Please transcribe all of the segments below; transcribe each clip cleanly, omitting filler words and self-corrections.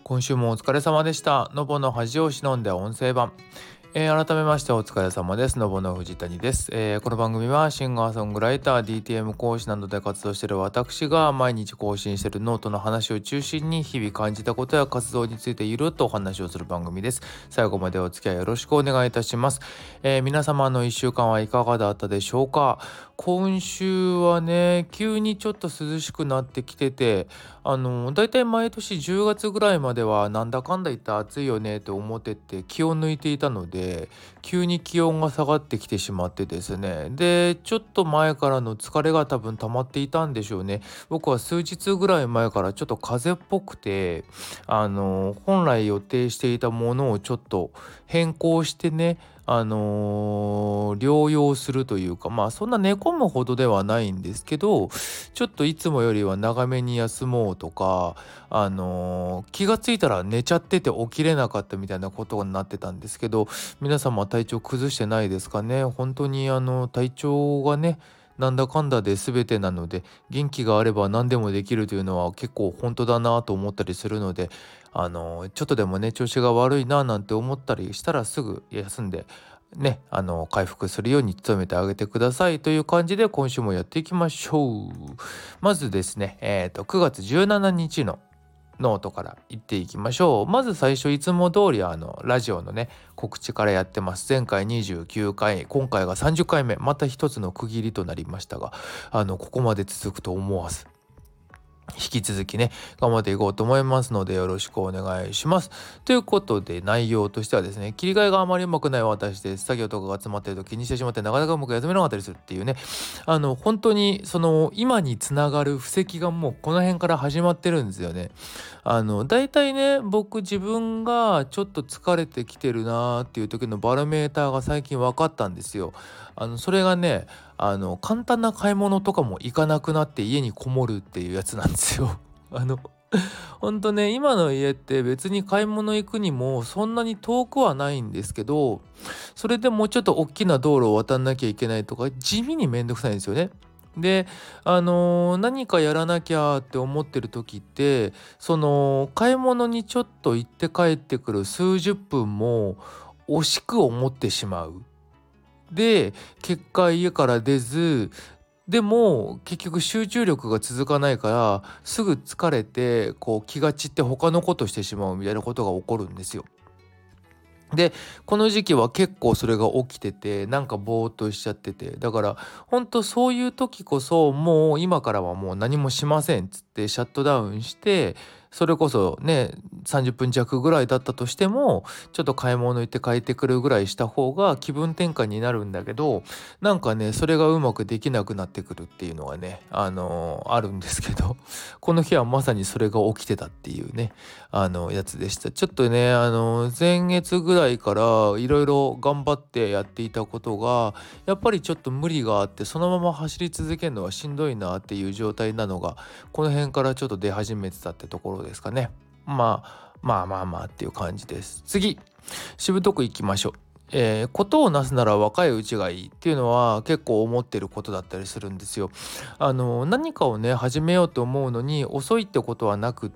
今週もお疲れ様でした。のぼの恥を忍んで音声版。改めましてお疲れ様です。のぼの藤谷です。この番組はシンガーソングライター、DTM 講師などで活動している私が毎日更新しているノートの話を中心に日々感じたことや活動についてゆるっとお話をする番組です。最後までお付き合いよろしくお願いいたします。皆様の1週間はいかがだったでしょうか。今週はね、急にちょっと涼しくなってきてて、だいたい毎年10月ぐらいまではなんだかんだ言って暑いよねって思ってて気を抜いていたので、急に気温が下がってきてしまってですね。で、ちょっと前からの疲れが多分溜まっていたんでしょうね。僕は数日ぐらい前からちょっと風邪っぽくて、本来予定していたものをちょっと変更してね、療養するというか、そんな寝込むほどではないんですけど、ちょっといつもよりは長めに休もうとか、気がついたら寝ちゃってて起きれなかったみたいなことになってたんですけど、皆様体調崩してないですかね。本当に体調がね、なんだかんだで全てなので、元気があれば何でもできるというのは結構本当だなと思ったりするので、ちょっとでもね調子が悪いななんて思ったりしたらすぐ休んでね、回復するように努めてあげてくださいという感じで今週もやっていきましょう。まずですね、9月17日のノートから言っていきましょう。まず最初いつも通りラジオのね告知からやってます。前回29回、今回が30回目、また一つの区切りとなりましたが、ここまで続くと思わず引き続きね頑張っていこうと思いますのでよろしくお願いします。ということで内容としてはですね、切り替えがあまりうまくない私です。作業とかが詰まっていると気にしてしまってなかなかうまく休めなかったりするっていうね、本当にその今につながる布石がもうこの辺から始まってるんですよね。だいたいね僕自分がちょっと疲れてきてるなーっていう時のバロメーターが最近分かったんですよ。それがね簡単な買い物とかも行かなくなって家にこもるっていうやつなんですよ。ほんとね今の家って別に買い物行くにもそんなに遠くはないんですけど、それでもうちょっと大きな道路を渡んなきゃいけないとか地味にめんどくさいんですよね。で、何かやらなきゃって思ってる時ってその買い物にちょっと行って帰ってくる数十分も惜しく思ってしまう。で結果家から出ず、でも結局集中力が続かないからすぐ疲れてこう気が散って他のことしてしまうみたいなことが起こるんですよ。でこの時期は結構それが起きててなんかぼーっとしちゃってて、だから本当そういう時こそもう今からはもう何もしませんっつってシャットダウンして、それこそね30分弱ぐらいだったとしてもちょっと買い物行って帰ってくるぐらいした方が気分転換になるんだけど、なんかねそれがうまくできなくなってくるっていうのがねあるんですけど、この日はまさにそれが起きてたっていうねやつでした。ちょっとね前月ぐらいからいろいろ頑張ってやっていたことがやっぱりちょっと無理があって、そのまま走り続けるのはしんどいなっていう状態なのがこの辺からちょっと出始めてたってところですかね。まあっていう感じです。次しぶとくいきましょう。ことをなすなら若いうちがいいっていうのは結構思ってることだったりするんですよ。何かをね始めようと思うのに遅いってことはなくって、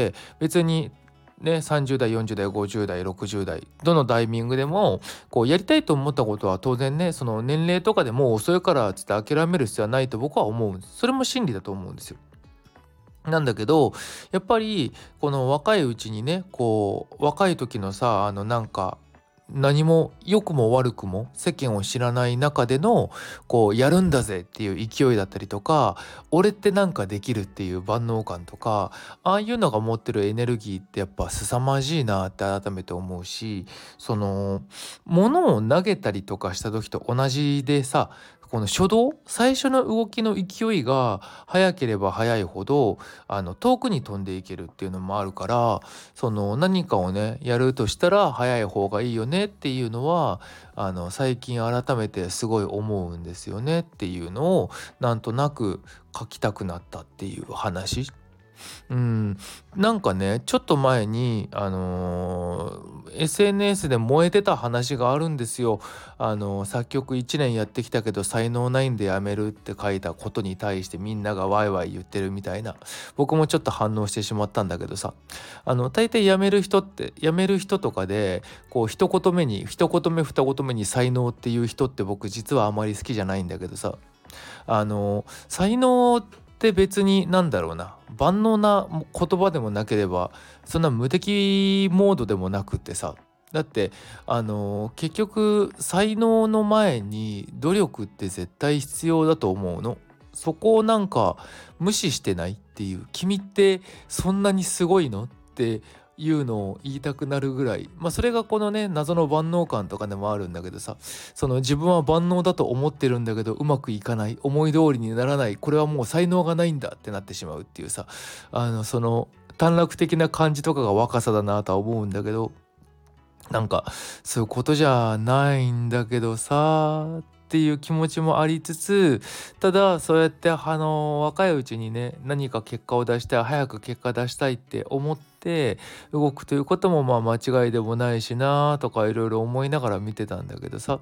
別にね30代40代50代60代どのタイミングでもこうやりたいと思ったことは当然ねその年齢とかでもう遅いからつって諦める必要はないと僕は思うんです。それも真理だと思うんですよ。なんだけどやっぱりこの若いうちにねこう若い時のさなんか何も良くも悪くも世間を知らない中でのこうやるんだぜっていう勢いだったりとか、俺ってなんかできるっていう万能感とか、ああいうのが持ってるエネルギーってやっぱ凄まじいなって改めて思うし、その物を投げたりとかした時と同じでさ、この初動最初の動きの勢いが速ければ速いほど遠くに飛んでいけるっていうのもあるから、その何かをねやるとしたら早い方がいいよねっていうのは最近改めてすごい思うんですよねっていうのをなんとなく書きたくなったっていう話。 なんかねちょっと前にSNS で燃えてた話があるんですよ。作曲1年やってきたけど才能ないんでやめるって書いたことに対してみんながワイワイ言ってるみたいな。僕もちょっと反応してしまったんだけどさ、大体辞める人とかでこう一言目二言目に才能っていう人って僕実はあまり好きじゃないんだけどさ、才能って別になんだろうな、万能な言葉でもなければそんな無敵モードでもなくってさ、だって結局才能の前に努力って絶対必要だと思うの。そこをなんか無視してないっていう、君ってそんなにすごいのっていうのを言いたくなるぐらい、それがこのね謎の万能感とかでもあるんだけどさ、その自分は万能だと思ってるんだけどうまくいかない、思い通りにならない、これはもう才能がないんだってなってしまうっていうさ、その短絡的な感じとかが若さだなとは思うんだけど、なんかそういうことじゃないんだけどさっていう気持ちもありつつ、ただそうやって若いうちにね何か結果を出したい、早く結果出したいって思って動くということも間違いでもないしなとかいろいろ思いながら見てたんだけどさ、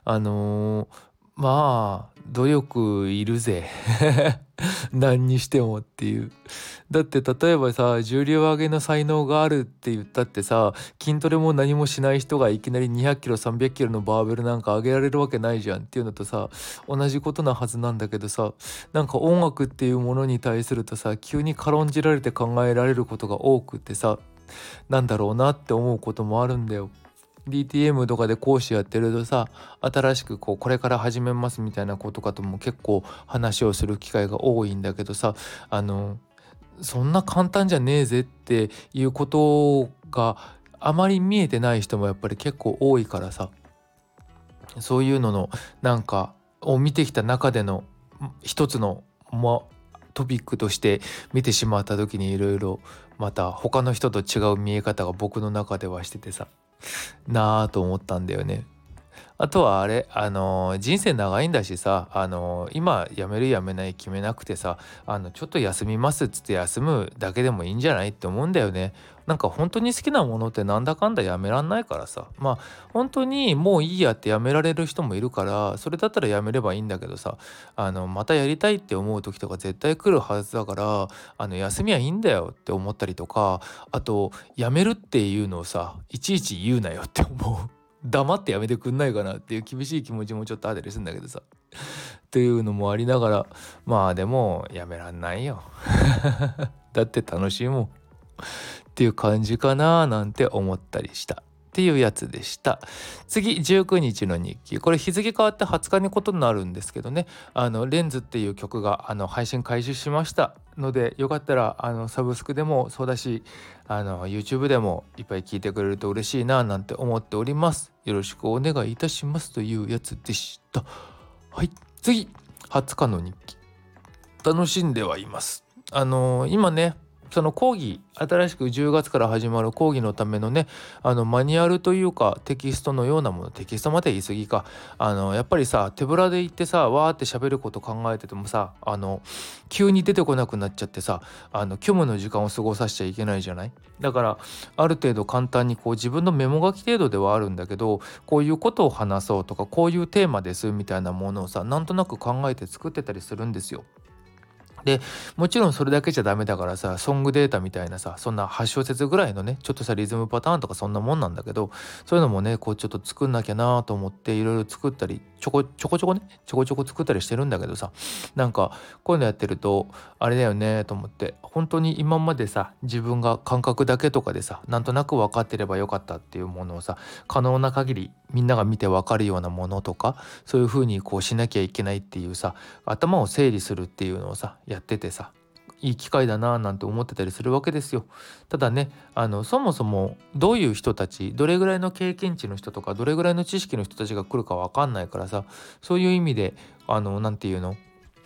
努力いるぜ何にしてもっていう。だって例えばさ、重量上げの才能があるって言ったってさ、筋トレも何もしない人がいきなり200キロ300キロのバーベルなんか上げられるわけないじゃんっていうのとさ同じことなはずなんだけどさ、なんか音楽っていうものに対するとさ急に軽んじられて考えられることが多くってさ、なんだろうなって思うこともあるんだよ。DTM とかで講師やってるとさ、新しくこれから始めますみたいなことかとも結構話をする機会が多いんだけどさ、そんな簡単じゃねえぜっていうことがあまり見えてない人もやっぱり結構多いからさ、そういうののなんかを見てきた中での一つのトピックとして見てしまった時にいろいろまた他の人と違う見え方が僕の中ではしててさ、なあと思ったんだよね。あとはあれ、人生長いんだしさ、今辞める辞めない決めなくてさ、ちょっと休みますっつって休むだけでもいいんじゃないって思うんだよね。なんか本当に好きなものってなんだかんだやめらんないからさ、本当にもういいやってやめられる人もいるから、それだったらやめればいいんだけどさ、またやりたいって思う時とか絶対来るはずだから、休みはいいんだよって思ったりとか、あとやめるっていうのをさいちいち言うなよって思う。黙ってやめてくんないかなっていう厳しい気持ちもちょっとあったりするんだけどさ、っていうのもありながら、でもやめらんないよだって楽しいもんっていう感じかななんて思ったりしたっていうやつでした。次19日の日記、これ日付変わって20日にことになるんですけどね、レンズっていう曲が配信開始しましたので、よかったらサブスクでもそうだしYouTube でもいっぱい聞いてくれると嬉しいななんて思っております。よろしくお願いいたしますというやつでした。はい、次20日の日記、楽しんではいます。今ねその講義、新しく10月から始まる講義のためのねマニュアルというかテキストのようなもの、テキストまで言い過ぎか、やっぱりさ手ぶらで行ってさわーって喋ること考えててもさ急に出てこなくなっちゃってさ虚無の時間を過ごさせちゃいけないじゃない。だからある程度簡単に自分のメモ書き程度ではあるんだけど、こういうことを話そうとかこういうテーマですみたいなものをさなんとなく考えて作ってたりするんですよ。でもちろんそれだけじゃダメだからさ、ソングデータみたいなさ、そんな8小節ぐらいのねちょっとしたリズムパターンとかそんなもんなんだけど、そういうのもねちょっと作んなきゃなと思っていろいろ作ったりちょこちょこ作ったりしてるんだけどさ、なんかこういうのやってるとあれだよねと思って、本当に今までさ自分が感覚だけとかでさなんとなく分かってればよかったっていうものをさ、可能な限りみんなが見て分かるようなものとか、そういう風にしなきゃいけないっていうさ、頭を整理するっていうのをさやっててさ、いい機会だななんて思ってたりするわけですよ。ただねそもそもどういう人たち、どれぐらいの経験値の人とかどれぐらいの知識の人たちが来るか分かんないからさ、そういう意味でなんていうの、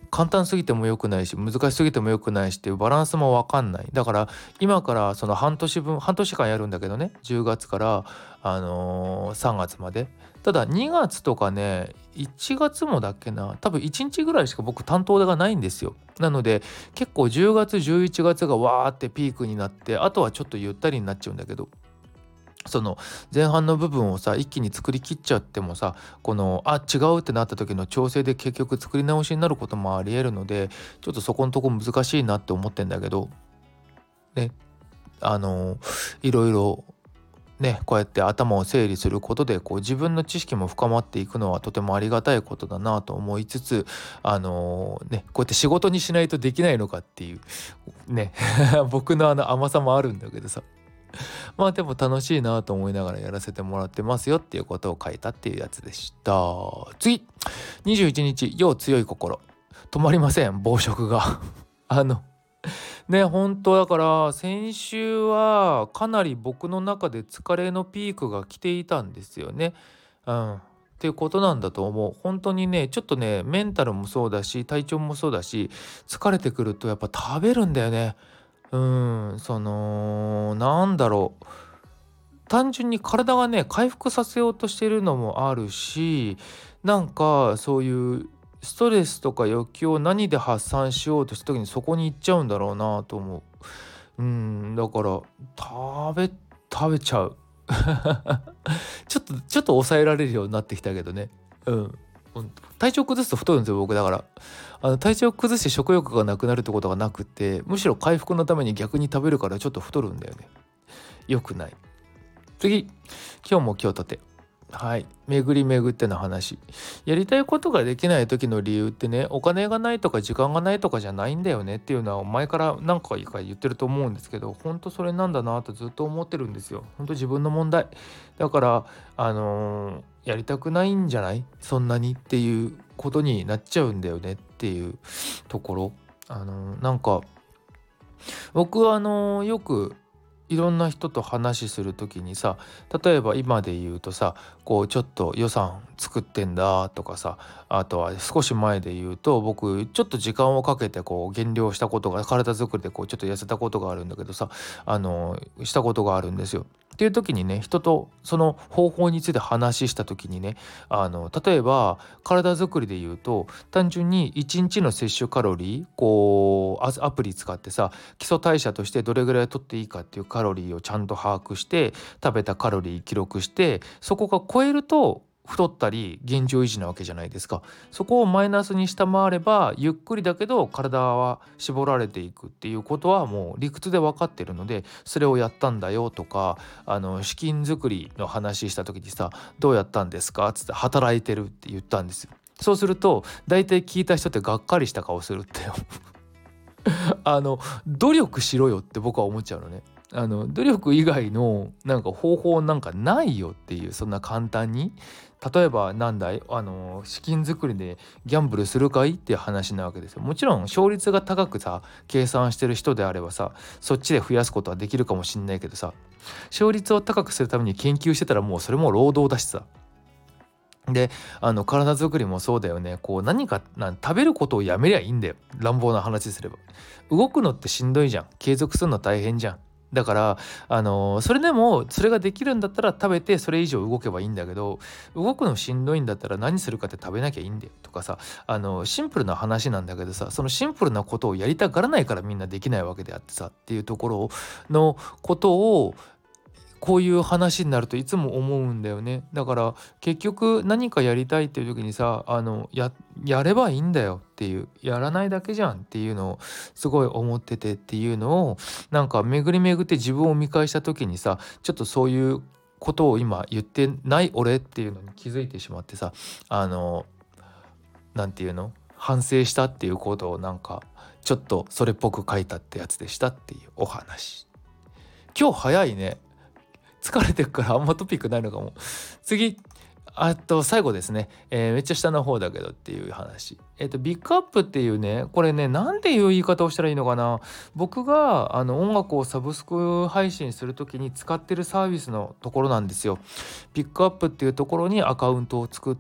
簡単すぎても良くないし難しすぎても良くないしっていうバランスも分かんない。だから今からその半年間やるんだけどね、10月から、3月まで。ただ2月とかね1月もだっけな、多分1日ぐらいしか僕担当がないんですよ。なので結構10月11月がわーってピークになって、あとはちょっとゆったりになっちゃうんだけど、その前半の部分をさ一気に作りきっちゃってもさ、この違うってなった時の調整で結局作り直しになることもありえるので、ちょっとそこのとこ難しいなって思ってんだけどね。いろいろね、こうやって頭を整理することでこう自分の知識も深まっていくのはとてもありがたいことだなと思いつつ、こうやって仕事にしないとできないのかっていうね僕の甘さもあるんだけどさ、まあでも楽しいなと思いながらやらせてもらってますよっていうことを書いたっていうやつでした。次、21日、要強い心。止まりません、暴食がね、本当だから先週はかなり僕の中で疲れのピークが来ていたんですよね。っていうことなんだと思う。本当にね、ちょっとね、メンタルもそうだし体調もそうだし、疲れてくるとやっぱ食べるんだよね。なんだろう、単純に体がね回復させようとしてるのもあるし、なんかそういうストレスとか欲求を何で発散しようとした時にそこに行っちゃうんだろうなと思う。だから食べちゃうちょっと抑えられるようになってきたけどね。体調崩すと太るんですよ僕。だから体調崩して食欲がなくなるってことがなくって、むしろ回復のために逆に食べるからちょっと太るんだよね。良くない。次、今日も今日とて、はい、巡り巡っての話。やりたいことができない時の理由ってね、お金がないとか時間がないとかじゃないんだよねっていうのは前から何回か言ってると思うんですけど、本当それなんだなとずっと思ってるんですよ。本当自分の問題だから、やりたくないんじゃないそんなにっていうことになっちゃうんだよねっていうところ。なんか僕はよくいろんな人と話する時にさ、例えば今で言うとさ、こうちょっと予算作ってんだとかさ、あとは少し前で言うと僕ちょっと時間をかけてこう減量したことが、体作りでこうちょっと痩せたことがあるんだけどさ、したことがあるんですよ。っていう時にね、人とその方法について話した時にね、例えば体作りで言うと単純に1日の摂取カロリー、こうアプリ使ってさ、基礎代謝としてどれぐらい取っていいかっていうカロリーをちゃんと把握して、食べたカロリー記録して、そこが超えると太ったり現状維持なわけじゃないですか。そこをマイナスに下回ればゆっくりだけど体は絞られていくっていうことはもう理屈で分かってるので、それをやったんだよとか、資金作りの話した時にさ、どうやったんですかっつって、働いてるって言ったんですよ。そうすると大体聞いた人ってがっかりした顔するってよ努力しろよって僕は思っちゃうのね。努力以外のなんか方法なんかないよっていう、そんな簡単に。例えばなんだい、資金作りでギャンブルするかいっていう話なわけですよ。もちろん勝率が高くさ計算してる人であればさ、そっちで増やすことはできるかもしんないけどさ、勝率を高くするために研究してたらもうそれも労働だしさ。で体作りもそうだよね。こう何か食べることをやめりゃいいんだよ、乱暴な話すれば。動くのってしんどいじゃん、継続するの大変じゃん。だからそれでもそれができるんだったら食べてそれ以上動けばいいんだけど、動くのしんどいんだったら何するかって食べなきゃいいんだよとかさ、シンプルな話なんだけどさ、そのシンプルなことをやりたがらないからみんなできないわけであってさっていうところのことを、こういう話になるといつも思うんだよね。だから結局何かやりたいっていう時にさ、やればいいんだよっていう、やらないだけじゃんっていうのをすごい思っててっていうのを、なんか巡り巡って自分を見返した時にさ、ちょっとそういうことを今言ってない俺っていうのに気づいてしまってさ、なんていうの、反省したっていうことをなんかちょっとそれっぽく書いたってやつでしたっていうお話。今日早いね。疲れてるからあんまトピックないのかも。次、最後ですね、めっちゃ下の方だけどっていう話。 ビッグアップっていうね、これね、なんていう言い方をしたらいいのかな。僕が音楽をサブスク配信するときに使ってるサービスのところなんですよ。ピックアップっていうところにアカウントを作って、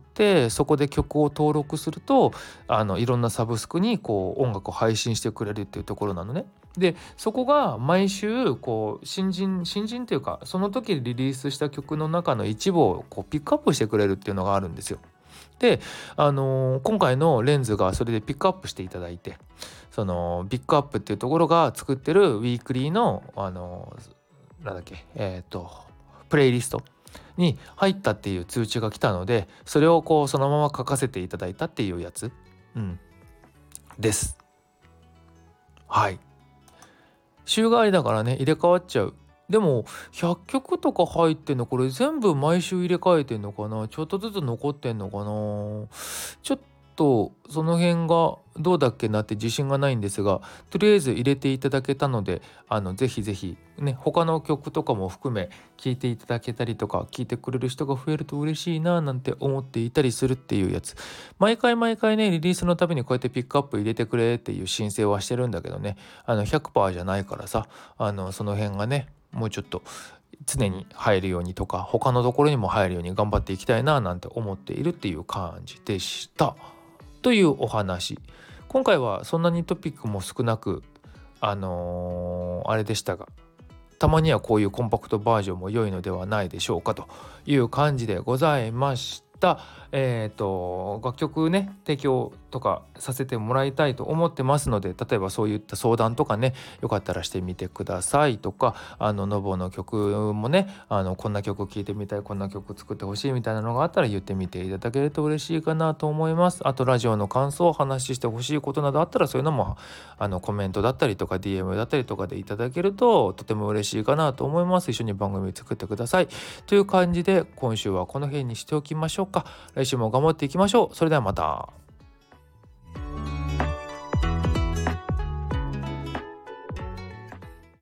そこで曲を登録するといろんなサブスクにこう音楽を配信してくれるっていうところなのね。でそこが毎週こう新人というか、その時リリースした曲の中の一部をこうピックアップしてくれるっていうのがあるんですよ。で、今回のレンズがそれでピックアップしていただいて、そのビッグアップっていうところが作ってるウィークリーのなんだっけプレイリストに入ったっていう通知が来たので、それをこうそのまま書かせていただいたっていうやつ、です。はい。週替わりだからね、入れ替わっちゃう。でも100曲とか入ってんの、これ全部毎週入れ替えてんのかな、ちょっとずつ残ってんのかな。ちょっとその辺がどうだっけなって自信がないんですが、とりあえず入れていただけたので、ぜひぜひね、他の曲とかも含め聴いていただけたりとか、聴いてくれる人が増えると嬉しいななんて思っていたりするっていうやつ。毎回毎回ね、リリースのたびにこうやってピックアップ入れてくれっていう申請はしてるんだけどね、100% じゃないからさ、その辺がね、もうちょっと常に入るようにとか、他のところにも入るように頑張っていきたいななんて思っているっていう感じでしたというお話。今回はそんなにトピックも少なくあれでしたが、たまにはこういうコンパクトバージョンも良いのではないでしょうかという感じでございました。楽曲ね、提供とかさせてもらいたいと思ってますので、例えばそういった相談とかね、よかったらしてみてくださいとか、ノボの曲もね、こんな曲聴いてみたい、こんな曲作ってほしいみたいなのがあったら言ってみていただけると嬉しいかなと思います。あとラジオの感想を話してほしいことなどあったら、そういうのもコメントだったりとか DM だったりとかでいただけるととても嬉しいかなと思います。一緒に番組作ってくださいという感じで、今週はこの辺にしておきましょうか。来週も頑張っていきましょう。それではまた。